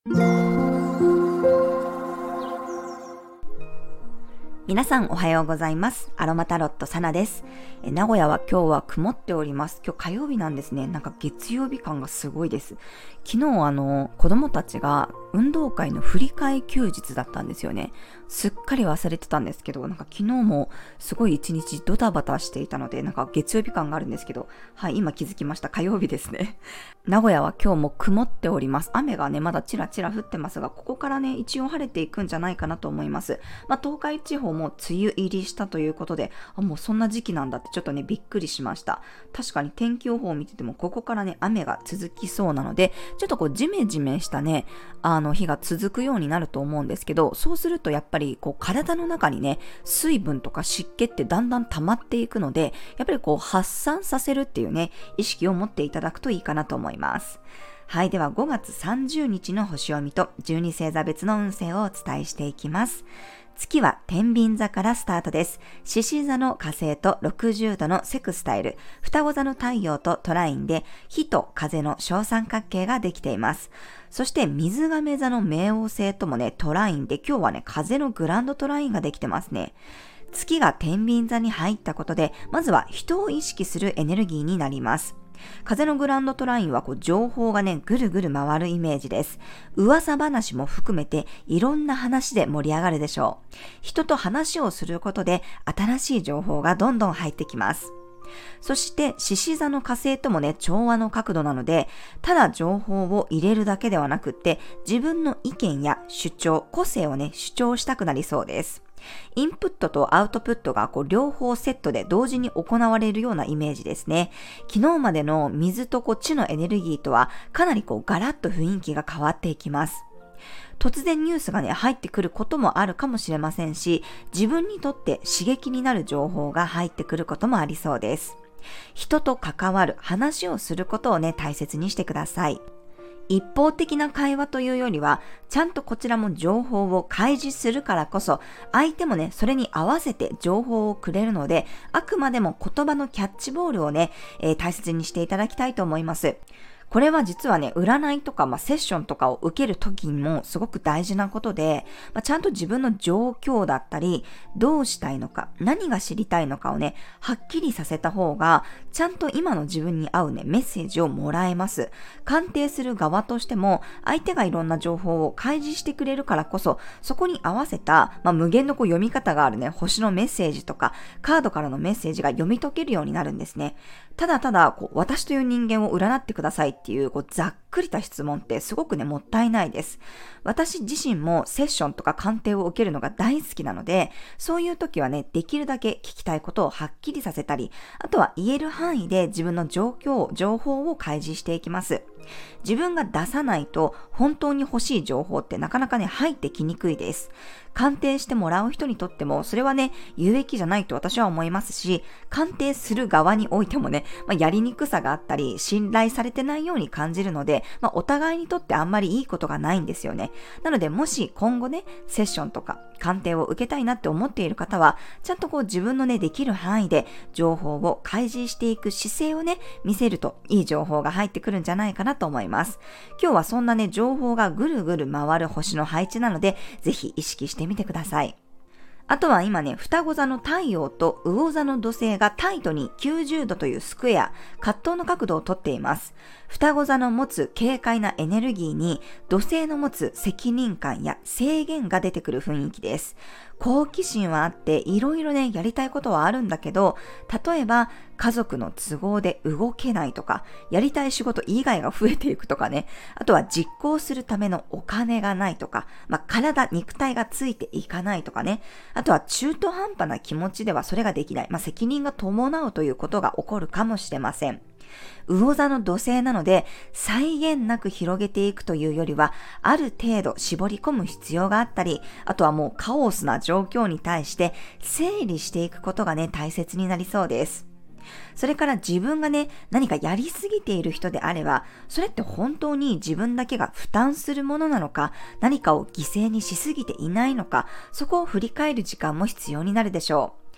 皆さんおはようございます。アロマタロットサナです。名古屋は今日は曇っております。今日火曜日なんですね。なんか月曜日感がすごいです。昨日子供たちが運動会の振り替え休日だったんですよね。すっかり忘れてたんですけど、なんか昨日もすごい一日ドタバタしていたので、なんか月曜日感があるんですけど、はい、今気づきました。火曜日ですね。名古屋は今日も曇っております。雨がね、まだちらちら降ってますが、ここからね、一応晴れていくんじゃないかなと思います。東海地方も梅雨入りしたということで、もうそんな時期なんだってちょっとね、びっくりしました。確かに天気予報を見てても、ここからね、雨が続きそうなので、ちょっとジメジメしたね、日が続くようになると思うんですけど、そうするとやっぱり体の中にね、水分とか湿気ってだんだん溜まっていくので、やっぱり発散させるっていうね、意識を持っていただくといいかなと思います。はい、では5月30日の星読みと12星座別の運勢をお伝えしていきます。月は天秤座からスタートです。獅子座の火星と60度のセクスタイル、双子座の太陽とトラインで火と風の小三角形ができています。そして水亀座の冥王星ともね、トラインで今日はね、風のグランドトラインができてますね。月が天秤座に入ったことで、まずは人を意識するエネルギーになります。風のグランドトラインは情報がね、ぐるぐる回るイメージです。噂話も含めていろんな話で盛り上がるでしょう。人と話をすることで新しい情報がどんどん入ってきます。そして獅子座の火星ともね、調和の角度なので、ただ情報を入れるだけではなくって、自分の意見や主張、個性をね、主張したくなりそうです。インプットとアウトプットが両方セットで同時に行われるようなイメージですね。昨日までの水と地のエネルギーとはかなりガラッと雰囲気が変わっていきます。突然ニュースがね、入ってくることもあるかもしれませんし、自分にとって刺激になる情報が入ってくることもありそうです。人と関わる、話をすることをね、大切にしてください。一方的な会話というよりは、ちゃんとこちらも情報を開示するからこそ、相手もね、それに合わせて情報をくれるので、あくまでも言葉のキャッチボールをね、大切にしていただきたいと思います。これは実はね、占いとか、セッションとかを受けるときにもすごく大事なことで、ちゃんと自分の状況だったり、どうしたいのか、何が知りたいのかをね、はっきりさせた方が、ちゃんと今の自分に合うね、メッセージをもらえます。鑑定する側としても、相手がいろんな情報を開示してくれるからこそ、そこに合わせた、無限の読み方があるね、星のメッセージとか、カードからのメッセージが読み解けるようになるんですね。ただただ、私という人間を占ってくださいっていう、ざっくりた質問ってすごくね、もったいないです。私自身もセッションとか鑑定を受けるのが大好きなので、そういう時はね、できるだけ聞きたいことをはっきりさせたり、あとは言える範囲で自分の状況、情報を開示していきます。自分が出さないと本当に欲しい情報ってなかなかね、入ってきにくいです。鑑定してもらう人にとってもそれはね、有益じゃないと私は思いますし、鑑定する側においてもね、やりにくさがあったり、信頼されてないように感じるので、お互いにとってあんまりいいことがないんですよね。なので、もし今後ね、セッションとか鑑定を受けたいなって思っている方は、ちゃんと自分のね、できる範囲で情報を開示していく姿勢をね、見せるといい情報が入ってくるんじゃないかなと思います。今日はそんなね、情報がぐるぐる回る星の配置なので、ぜひ意識してみてください。あとは今ね、双子座の太陽と魚座の土星がタイトに90度というスクエア、葛藤の角度をとっています。双子座の持つ軽快なエネルギーに、土星の持つ責任感や制限が出てくる雰囲気です。好奇心はあって、いろいろね、やりたいことはあるんだけど、例えば、家族の都合で動けないとか、やりたい仕事以外が増えていくとかね、あとは実行するためのお金がないとか、肉体がついていかないとかね、あとは中途半端な気持ちではそれができない、責任が伴うということが起こるかもしれません。魚座の土星なので、際限なく広げていくというよりは、ある程度絞り込む必要があったり、あとはもうカオスな状況に対して整理していくことがね、大切になりそうです。それから自分がね、何かやりすぎている人であれば、それって本当に自分だけが負担するものなのか、何かを犠牲にしすぎていないのか、そこを振り返る時間も必要になるでしょう。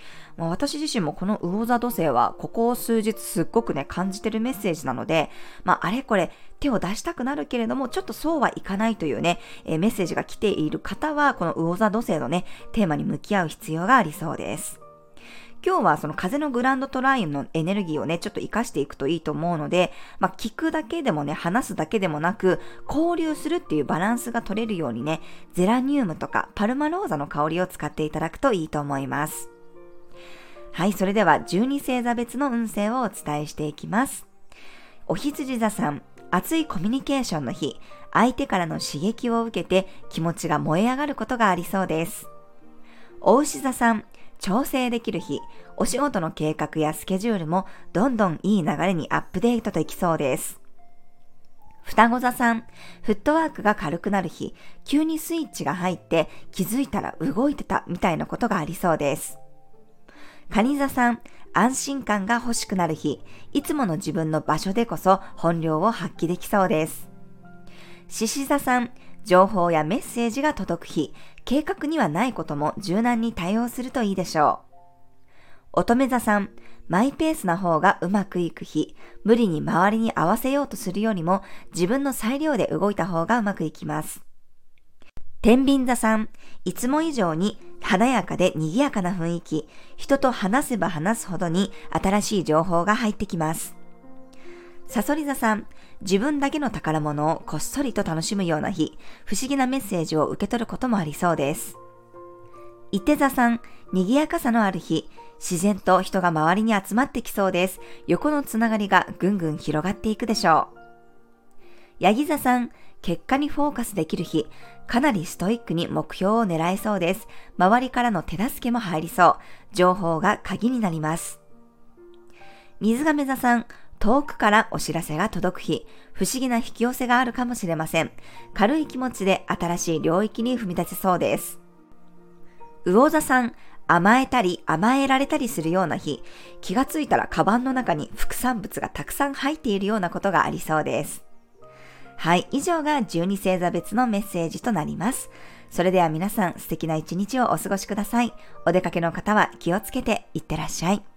私自身もこの魚座土星はここ数日すっごくね感じてるメッセージなので、あれこれ手を出したくなるけれどもちょっとそうはいかないというね、メッセージが来ている方はこの魚座土星のねテーマに向き合う必要がありそうです。今日はその風のグランドトライアンのエネルギーをね、ちょっと活かしていくといいと思うので、聞くだけでもね、話すだけでもなく、交流するっていうバランスが取れるようにね、ゼラニウムとかパルマローザの香りを使っていただくといいと思います。はい、それでは12星座別の運勢をお伝えしていきます。お羊座さん、熱いコミュニケーションの日、相手からの刺激を受けて気持ちが燃え上がることがありそうです。お牛座さん、調整できる日、お仕事の計画やスケジュールもどんどんいい流れにアップデートできそうです。双子座さん、フットワークが軽くなる日、急にスイッチが入って気づいたら動いてたみたいなことがありそうです。蟹座さん、安心感が欲しくなる日、いつもの自分の場所でこそ本領を発揮できそうです。獅子座さん、情報やメッセージが届く日、計画にはないことも柔軟に対応するといいでしょう。乙女座さん、マイペースな方がうまくいく日、無理に周りに合わせようとするよりも自分の裁量で動いた方がうまくいきます。天秤座さん、いつも以上に華やかで賑やかな雰囲気、人と話せば話すほどに新しい情報が入ってきます。蠍座さん、自分だけの宝物をこっそりと楽しむような日、不思議なメッセージを受け取ることもありそうです。射手座さん、賑やかさのある日、自然と人が周りに集まってきそうです。横のつながりがぐんぐん広がっていくでしょう。ヤギ座さん、結果にフォーカスできる日、かなりストイックに目標を狙えそうです。周りからの手助けも入りそう。情報が鍵になります。水亀座さん、遠くからお知らせが届く日、不思議な引き寄せがあるかもしれません。軽い気持ちで新しい領域に踏み出せそうです。魚座さん、甘えたり甘えられたりするような日、気がついたらカバンの中に副産物がたくさん入っているようなことがありそうです。はい、以上が12星座別のメッセージとなります。それでは皆さん素敵な一日をお過ごしください。お出かけの方は気をつけていってらっしゃい。